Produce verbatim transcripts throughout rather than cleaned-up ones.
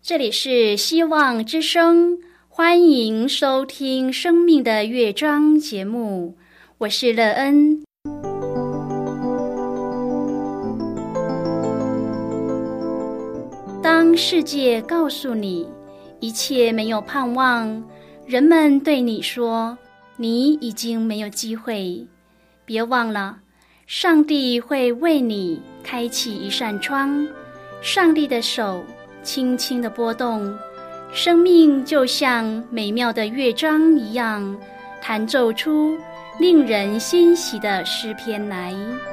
这里是希望之声，欢迎收听生命的乐章节目，我是乐恩。当世界告诉你一切没有盼望，人们对你说你已经没有机会，别忘了上帝会为你开启一扇窗，上帝的手轻轻地拨动，生命就像美妙的乐章一样，弹奏出令人欣喜的诗篇来。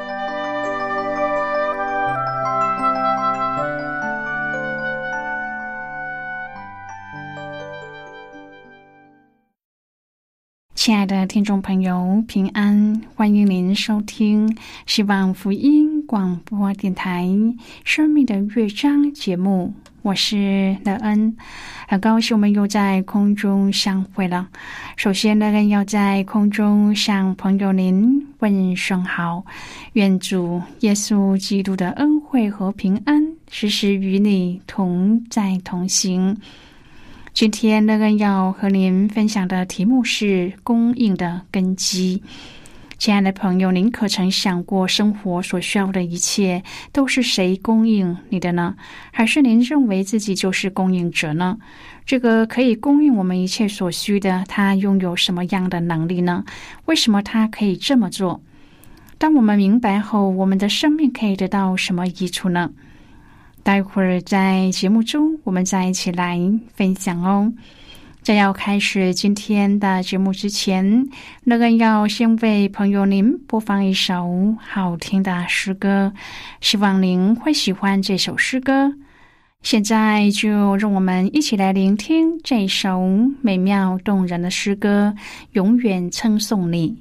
亲爱的听众朋友，平安，欢迎您收听希望福音广播电台生命的乐章节目，我是乐恩，很高兴我们又在空中相会了。首先，乐恩要在空中向朋友您问声好，愿主耶稣基督的恩惠和平安时时与你同在同行。今天乐恩要和您分享的题目是供应的根基。亲爱的朋友，您可曾想过生活所需要的一切都是谁供应你的呢？还是您认为自己就是供应者呢？这个可以供应我们一切所需的，他拥有什么样的能力呢？为什么他可以这么做？当我们明白后，我们的生命可以得到什么益处呢？待会儿在节目中我们再一起来分享哦。在要开始今天的节目之前，乐恩要先为朋友您播放一首好听的诗歌，希望您会喜欢这首诗歌。现在就让我们一起来聆听这首美妙动人的诗歌，永远称颂你。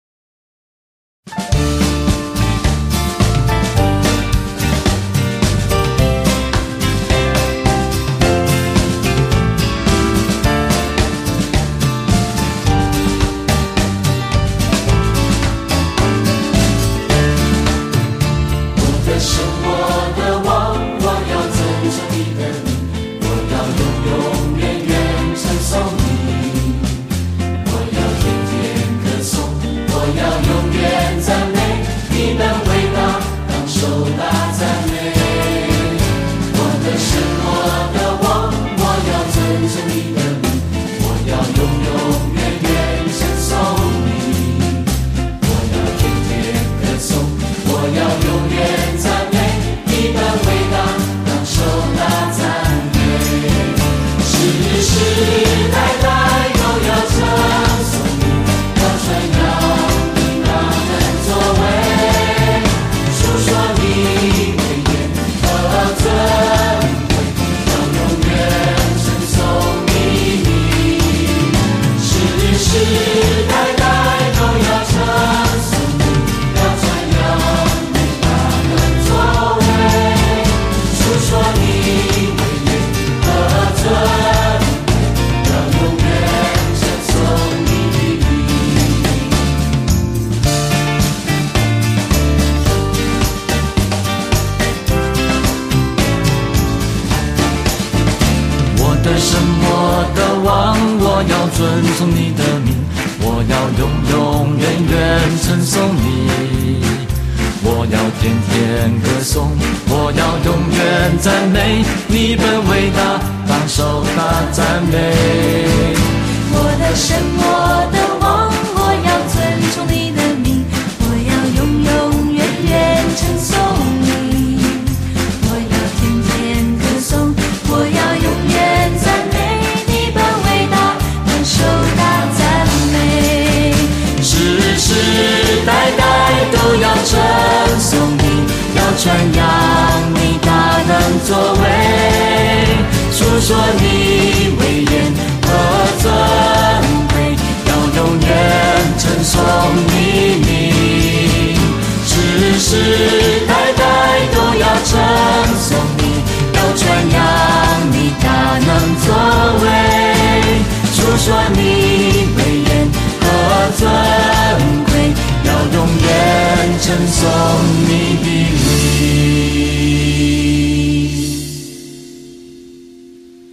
尊崇你的名，我要永永远远称颂你，我要天天歌颂，我要永远赞美你本伟大，当受大赞美。 我的神，我的王，我要尊崇你的名，我要永永远远称颂你，我要天天歌颂，我要永远赞美你本伟大，当受大赞美。 世世代代都要称颂你，要传扬你大能作为，述说你威严和尊贵，要永远称颂你名。世世代代都要称颂你，要传扬你大能作为，述说你威严和尊贵，要永远称颂你的名。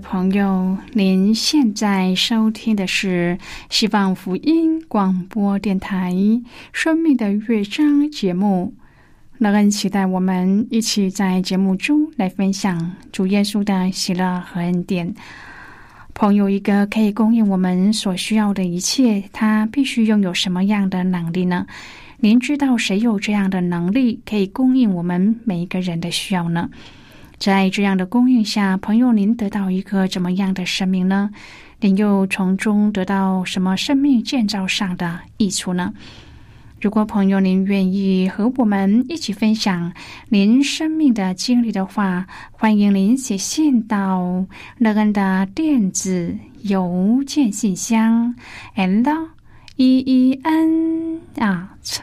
朋友，您现在收听的是希望福音广播电台生命的乐章节目。乐恩期待我们一起在节目中来分享主耶稣的喜乐和恩典。朋友，一个可以供应我们所需要的一切，他必须拥有什么样的能力呢？您知道谁有这样的能力可以供应我们每一个人的需要呢？在这样的供应下，朋友，您得到一个怎么样的生命呢？您又从中得到什么生命建造上的益处呢？如果朋友您愿意和我们一起分享您生命的经历的话，欢迎您写信到乐恩的电子邮件信箱 l e e n at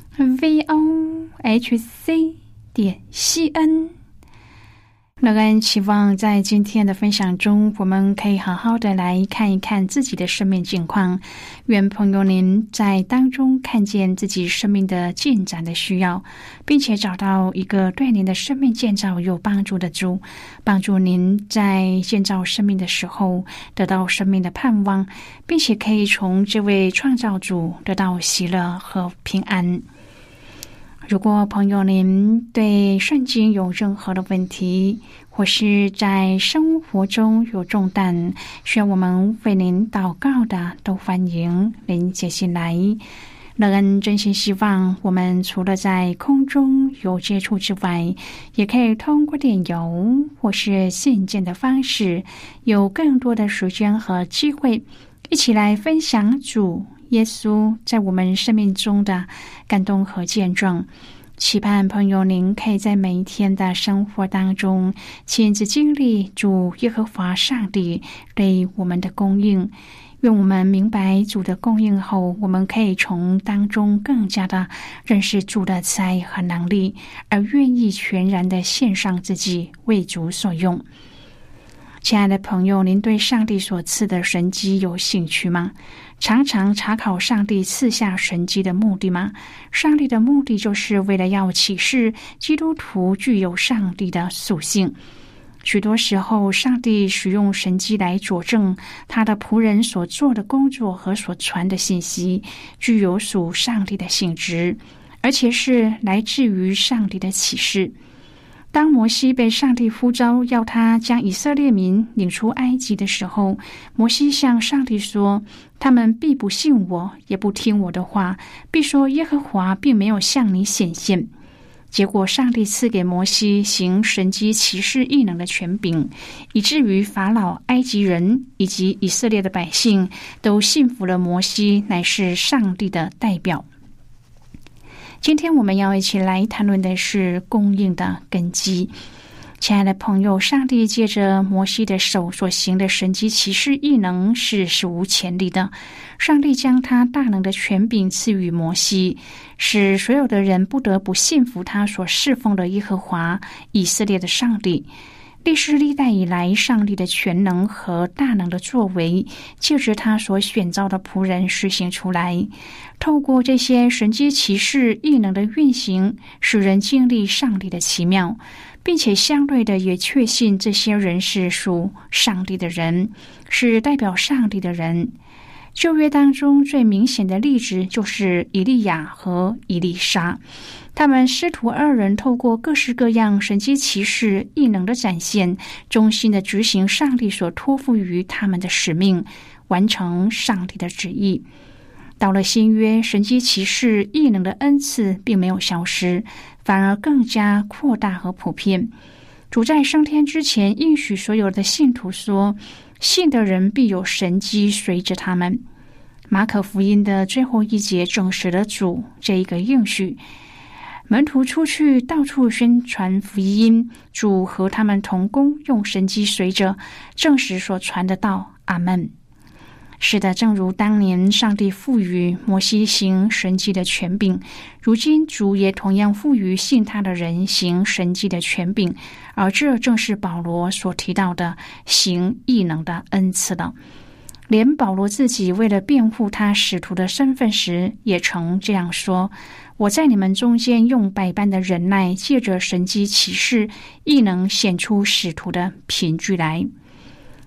v o h c 点 c n。乐恩期望在今天的分享中，我们可以好好的来看一看自己的生命境况。愿朋友您在当中看见自己生命的进展的需要，并且找到一个对您的生命建造有帮助的主，帮助您在建造生命的时候得到生命的盼望，并且可以从这位创造主得到喜乐和平安。如果朋友您对圣经有任何的问题，或是在生活中有重担需要我们为您祷告的，都欢迎您写信来。乐恩真心希望我们除了在空中有接触之外，也可以通过电邮或是信件的方式，有更多的时间和机会一起来分享主耶稣在我们生命中的感动和见证。期盼朋友您可以在每一天的生活当中亲自经历主耶和华上帝对我们的供应。愿我们明白主的供应后，我们可以从当中更加的认识主的慈爱和能力，而愿意全然的献上自己为主所用。亲爱的朋友，您对上帝所赐的神迹有兴趣吗？常常查考上帝赐下神迹的目的吗？上帝的目的就是为了要启示基督徒具有上帝的属性。许多时候，上帝使用神迹来佐证他的仆人所做的工作和所传的信息具有属上帝的性质，而且是来自于上帝的启示。当摩西被上帝呼召要他将以色列民领出埃及的时候，摩西向上帝说，他们必不信我，也不听我的话，必说耶和华并没有向你显现。结果上帝赐给摩西行神迹奇事异能的权柄，以至于法老、埃及人以及以色列的百姓都信服了摩西乃是上帝的代表。今天我们要一起来谈论的是供应的根基。亲爱的朋友，上帝借着摩西的手所行的神迹奇事异能是史无前例的。上帝将他大能的权柄赐予摩西，使所有的人不得不信服他所侍奉的耶和华以色列的上帝。历世历代以来，上帝的全能和大能的作为借着他所选召的仆人实行出来。透过这些神迹奇事异能的运行，使人经历上帝的奇妙，并且相对的也确信这些人是属上帝的人，是代表上帝的人。旧约当中最明显的例子就是以利亚和以利沙，他们师徒二人透过各式各样神迹奇事异能的展现，忠心的执行上帝所托付于他们的使命，完成上帝的旨意。到了新约，神迹奇事异能的恩赐并没有消失，反而更加扩大和普遍。主在升天之前应许所有的信徒说，信的人必有神迹随着他们。马可福音的最后一节证实了主这一个应许。门徒出去到处宣传福音，主和他们同工，用神迹随着，证实所传的道。阿们。是的，正如当年上帝赋予摩西行神迹的权柄，如今主也同样赋予信他的人行神迹的权柄，而这正是保罗所提到的行异能的恩赐了。连保罗自己为了辩护他使徒的身份时，也曾这样说，我在你们中间用百般的忍耐，借着神迹奇事异能显出使徒的凭据来。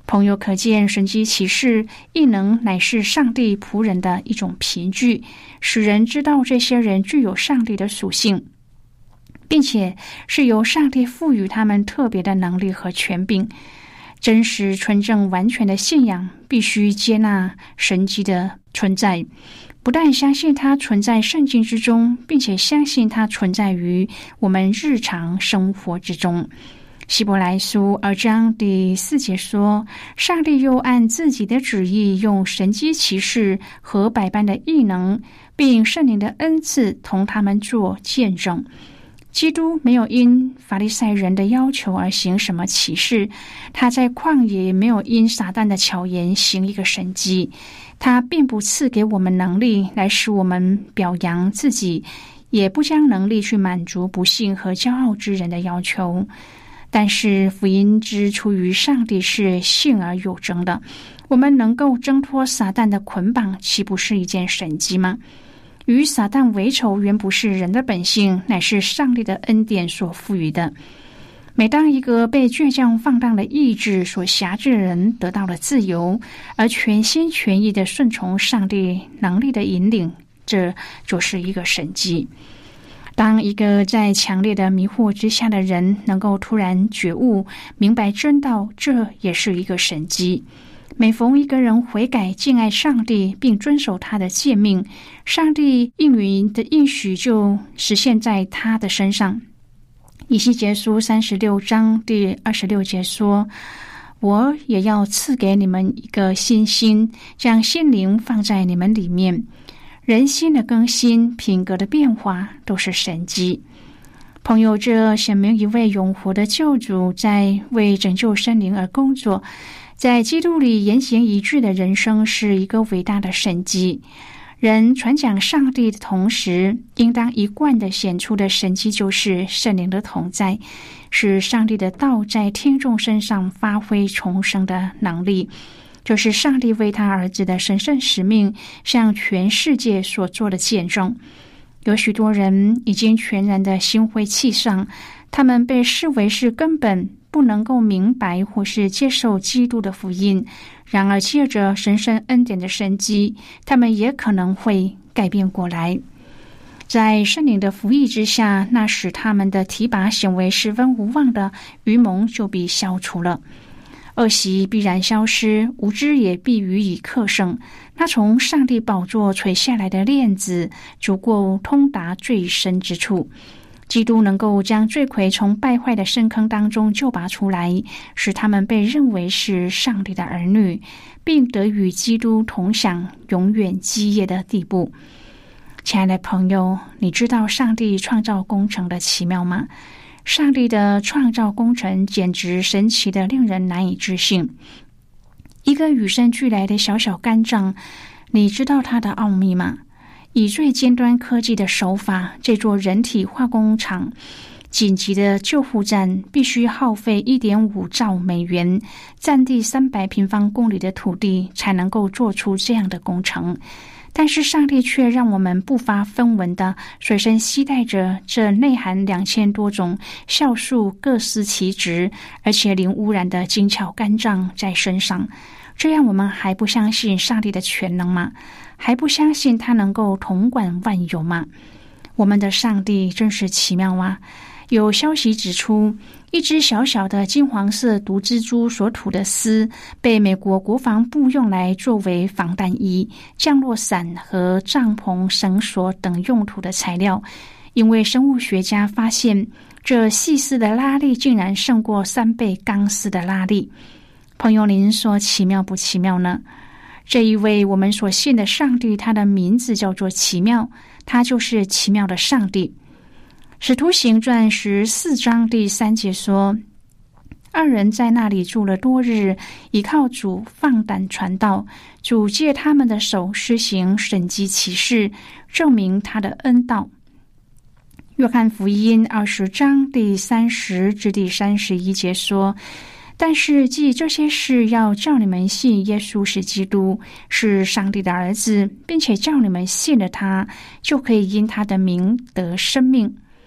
朋友，可见神迹奇事异能乃是上帝仆人的一种凭据，使人知道这些人具有上帝的属性，并且是由上帝赋予他们特别的能力和权柄。真实、纯正、完全的信仰必须接纳神迹的存在，不但相信它存在圣经之中，并且相信它存在于我们日常生活之中。希伯来书二章第四节说，上帝又按自己的旨意，用神迹奇事和百般的异能，并圣灵的恩赐同他们做见证。基督没有因法利赛人的要求而行什么奇事，他在旷野没有因撒旦的巧言行一个神迹，他并不赐给我们能力来使我们表扬自己，也不将能力去满足不信和骄傲之人的要求。但是福音之出于上帝是信而有征的，我们能够挣脱撒旦的捆绑，岂不是一件神迹吗？与撒旦为仇原不是人的本性，乃是上帝的恩典所赋予的。每当一个被倔强放荡的意志所辖制的人得到了自由，而全心全意地顺从上帝能力的引领，这就是一个神迹。当一个在强烈的迷惑之下的人能够突然觉悟，明白真道，这也是一个神迹。每逢一个人悔改敬爱上帝，并遵守他的诫命，上帝应允的应许就实现在他的身上。以西结书三十六章第二十六节说，我也要赐给你们一个新心，将心灵放在你们里面。人心的更新，品格的变化，都是神迹。朋友，这显明一位永活的救主在为拯救生灵而工作，在基督里言行一致的人生是一个伟大的神迹。人传讲上帝的同时，应当一贯的显出的神迹就是圣灵的同在，使上帝的道在听众身上发挥重生的能力。这是上帝为他儿子的神圣使命向全世界所做的见证。有许多人已经全然的心灰气丧，他们被视为是根本不能够明白或是接受基督的福音，然而借着神圣恩典的神迹，他们也可能会改变过来。在圣灵的服役之下，那使他们的提拔行为十分无望的愚蒙就被消除了。恶习必然消失，无知也必予以克胜。那从上帝宝座垂下来的链子，足够通达最深之处。基督能够将罪魁从败坏的深坑当中救拔出来，使他们被认为是上帝的儿女，并得与基督同享永远基业的地步。亲爱的朋友，你知道上帝创造工程的奇妙吗？上帝的创造工程简直神奇的令人难以置信。一个与生俱来的小小肝脏，你知道它的奥秘吗？以最尖端科技的手法，这座人体化工厂紧急的救护站必须耗费 一点五兆美元，占地三百平方公里的土地，才能够做出这样的工程。但是上帝却让我们不发分文的随身携带着这内含两千多种酵素各司其职而且零污染的精巧肝脏在身上。这样我们还不相信上帝的全能吗？还不相信他能够统管万有吗？我们的上帝真是奇妙啊！有消息指出，一只小小的金黄色毒蜘蛛所吐的丝被美国国防部用来作为防弹衣、降落伞和帐篷绳索等用途的材料，因为生物学家发现这细丝的拉力竟然胜过三倍钢丝的拉力。朋友，您说奇妙不奇妙呢？这一位我们所信的上帝，他的名字叫做奇妙，他就是奇妙的上帝。使徒行传十四章第三节说，二人在那里住了多日，依靠主放胆传道，主借他们的手施行神迹奇事，证明他的恩道。约翰福音二十章第三十至第三十一节说，但是记这些事，要叫你们信耶稣是基督，是上帝的儿子，并且叫你们信了他，就可以因他的名得生命。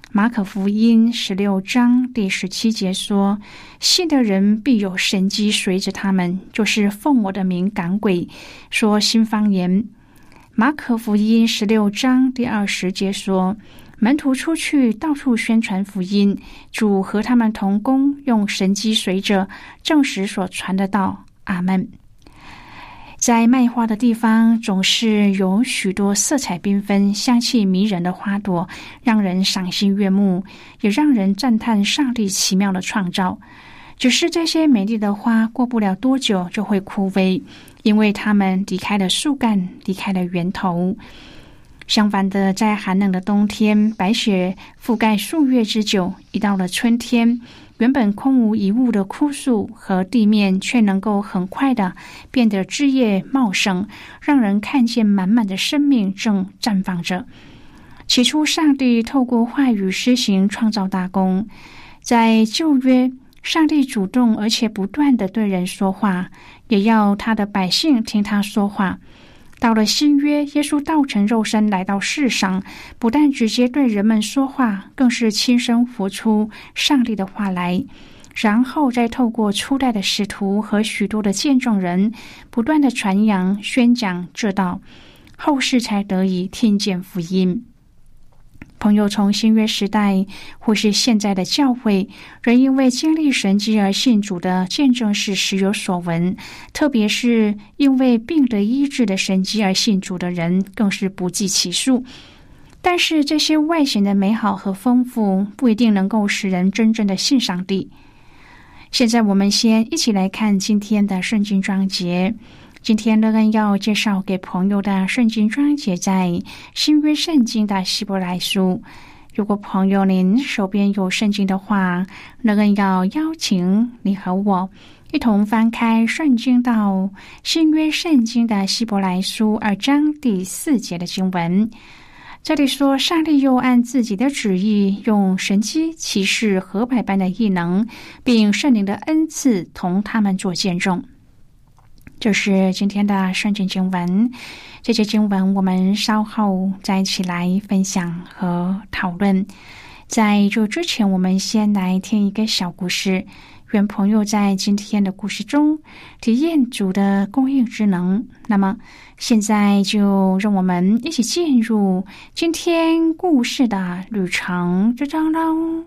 马可福音十六章第十七节说，信的人必有神迹随着他们，就是奉我的名赶鬼，说新方言。马可福音十六章第二十节说，门徒出去到处宣传福音，主和他们同工，用神迹随着，证实所传的道。阿们。在卖花的地方，总是有许多色彩缤纷、香气迷人的花朵，让人赏心悦目，也让人赞叹上帝奇妙的创造。只是这些美丽的花过不了多久就会枯萎，因为它们离开了树干，离开了源头。相反的，在寒冷的冬天，白雪覆盖数月之久，一到了春天，原本空无一物的枯树和地面却能够很快的变得枝叶茂盛，让人看见满满的生命正绽放着。起初上帝透过话语施行创造大功，在旧约，上帝主动而且不断地对人说话，也要他的百姓听他说话。到了新约，耶稣道成肉身来到世上，不但直接对人们说话，更是亲身活出上帝的话来，然后再透过初代的使徒和许多的见证人，不断的传扬宣讲这道，后世才得以听见福音。朋友，从新约时代或是现在的教会，人因为经历神迹而信主的见证是时有所闻，特别是因为病得医治的神迹而信主的人更是不计其数。但是这些外显的美好和丰富不一定能够使人真正的信上帝。现在我们先一起来看今天的圣经章节。今天乐恩要介绍给朋友的圣经章节在新约圣经的希伯来书。如果朋友您手边有圣经的话，乐恩要邀请你和我一同翻开圣经到新约圣经的希伯来书二章第四节的经文。这里说，上帝又按自己的旨意，用神迹奇事和百般的异能，并圣灵的恩赐同他们做见证。这是今天的圣经经文，这些经文我们稍后再一起来分享和讨论。在这之前，我们先来听一个小故事，愿朋友在今天的故事中体验主的供应之能。那么现在就让我们一起进入今天故事的旅程之中喽。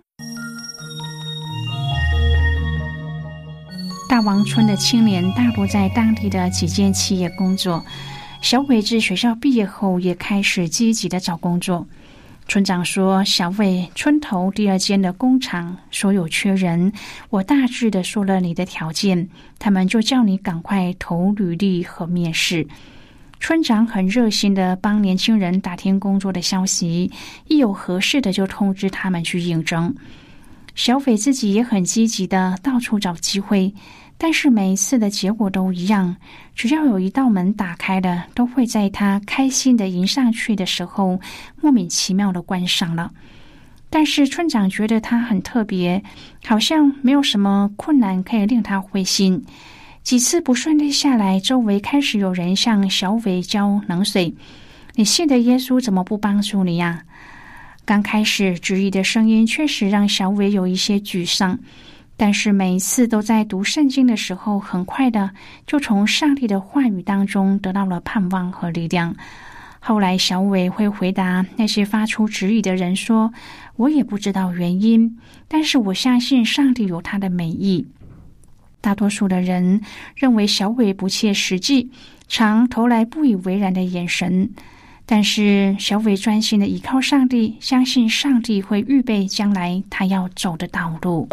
大王村的青年大多在当地的几间企业工作，小伟自学校毕业后也开始积极的找工作。村长说，小伟，村头第二间的工厂说有缺人，我大致的说了你的条件，他们就叫你赶快投履历和面试。村长很热心的帮年轻人打听工作的消息，一有合适的就通知他们去应征。小伟自己也很积极的到处找机会，但是每一次的结果都一样，只要有一道门打开了，都会在他开心的迎上去的时候莫名其妙的关上了。但是村长觉得他很特别，好像没有什么困难可以令他灰心。几次不顺利下来，周围开始有人向小伟浇冷水，你信的耶稣怎么不帮助你呀？刚开始质疑的声音确实让小伟有一些沮丧，但是每一次都在读圣经的时候，很快的就从上帝的话语当中得到了盼望和力量。后来小伟会回答那些发出质疑的人说，我也不知道原因，但是我相信上帝有他的美意。大多数的人认为小伟不切实际，常投来不以为然的眼神，但是小伟专心的依靠上帝，相信上帝会预备将来他要走的道路。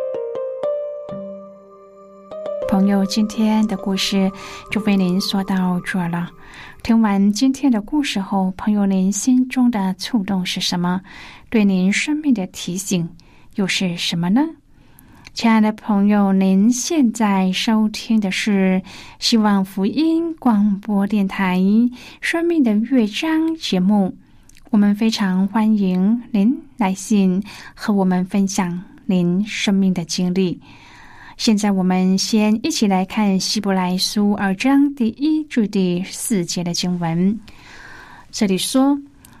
朋友，今天的故事就为您说到这儿了。听完今天的故事后，朋友您心中的触动是什么？对您生命的提醒又是什么呢？亲爱的朋友，您现在收听的是希望福音广播电台生命的乐章节目，我们非常欢迎您来信和我们分享您生命的经历。现在我们先一起来看希伯来书二章第一至第四节的经文。这里说，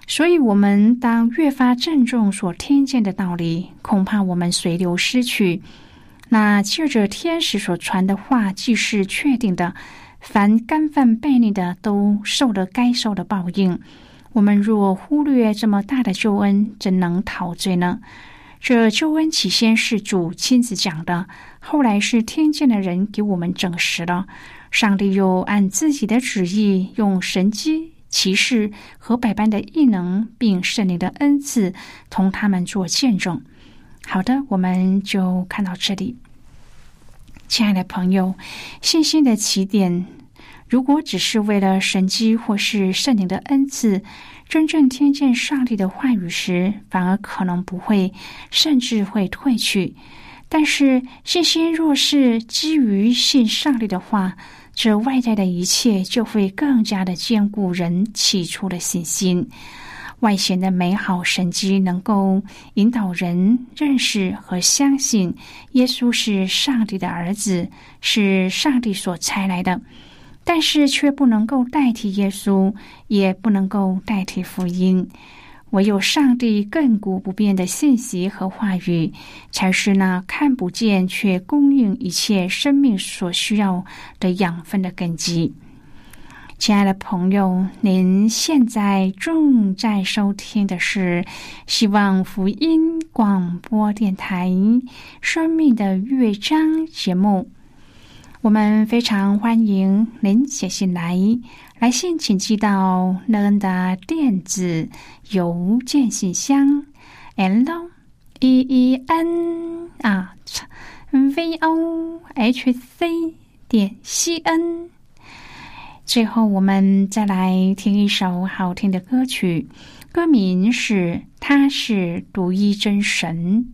所以我们当越发郑重所听见的道理，恐怕我们随流失去。那借着天使所传的话，既是确定的，凡干犯悖逆的都受了该受的报应。我们若忽略这么大的救恩，怎能陶醉呢？这救恩起先是主亲自讲的，后来是听见的人给我们证实了。上帝又按自己的旨意，用神迹奇事和百般的异能，并圣灵的恩赐，同他们做见证。好的，我们就看到这里。亲爱的朋友，信心的起点，如果只是为了神迹或是圣灵的恩赐，真正听见上帝的话语时，反而可能不会，甚至会退去。但是信心若是基于信上帝的话，这外在的一切就会更加的坚固人起初的信心。外显的美好神迹能够引导人认识和相信耶稣是上帝的儿子，是上帝所差来的，但是却不能够代替耶稣，也不能够代替福音。唯有上帝亘古不变的信息和话语，才是那看不见却供应一切生命所需要的养分的根基。亲爱的朋友，您现在正在收听的是希望福音广播电台生命的乐章节目。我们非常欢迎您写信来，来信请寄到乐恩的电子邮件信箱 l e e n at v o h c 点 c n。 最后我们再来听一首好听的歌曲，歌名是他是独一真神。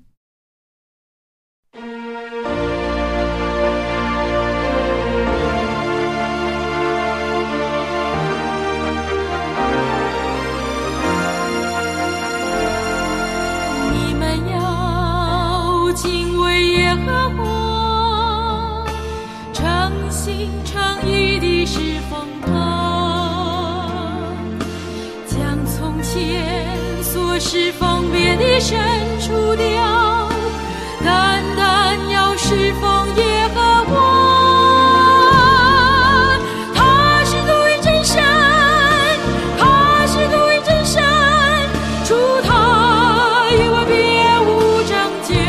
敬畏耶和华，诚心诚意地侍奉他，将从前所侍奉别的神除掉，单单要侍奉耶和华。他是独一真神，他是独一真神，除他以外别无拯救。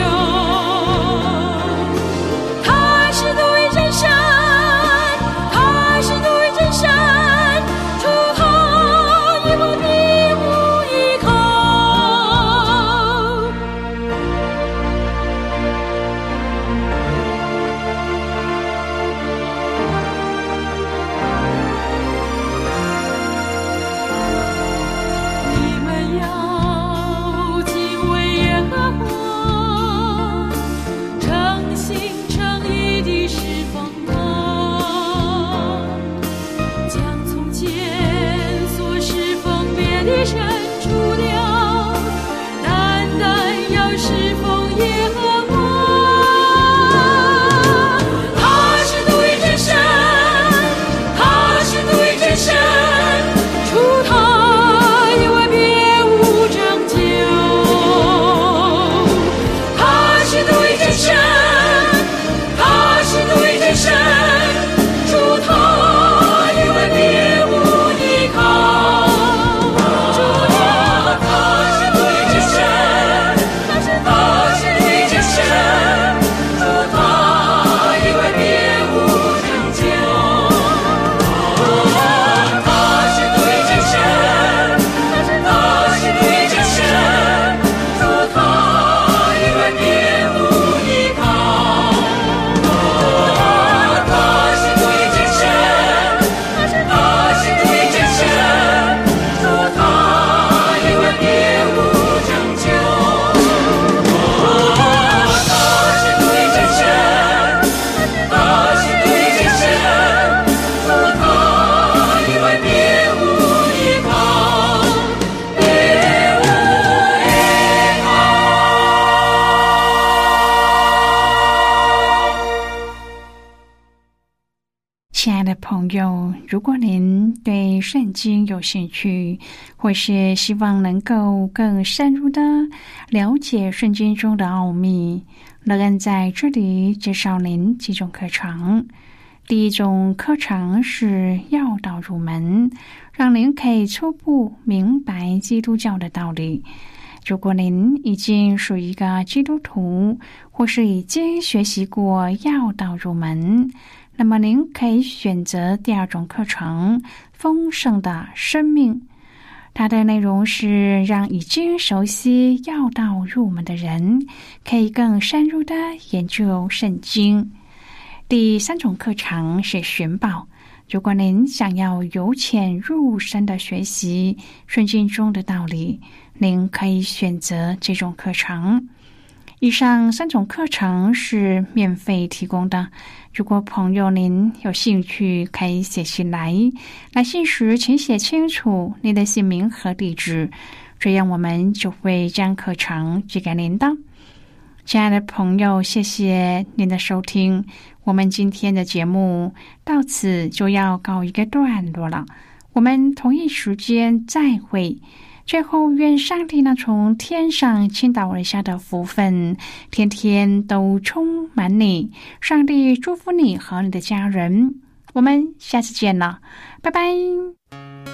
的朋友，如果您对圣经有兴趣，或是希望能够更深入的了解圣经中的奥秘，乐恩在这里介绍您几种课程。第一种课程是要道入门，让您可以初步明白基督教的道理。如果您已经是一个基督徒，或是已经学习过要道入门，那么您可以选择第二种课程，丰盛的生命。它的内容是让已经熟悉要道入门的人可以更深入的研究圣经。第三种课程是寻宝。如果您想要由浅入深的学习圣经中的道理，您可以选择这种课程。以上三种课程是免费提供的，如果朋友您有兴趣，可以写信来。来信时请写清楚您的姓名和地址，这样我们就会将课程寄给您的。亲爱的朋友，谢谢您的收听，我们今天的节目到此就要告一个段落了，我们同一时间再会。最后，愿上帝那从天上倾倒而下的福分，天天都充满你。上帝祝福你和你的家人，我们下次见了，拜拜。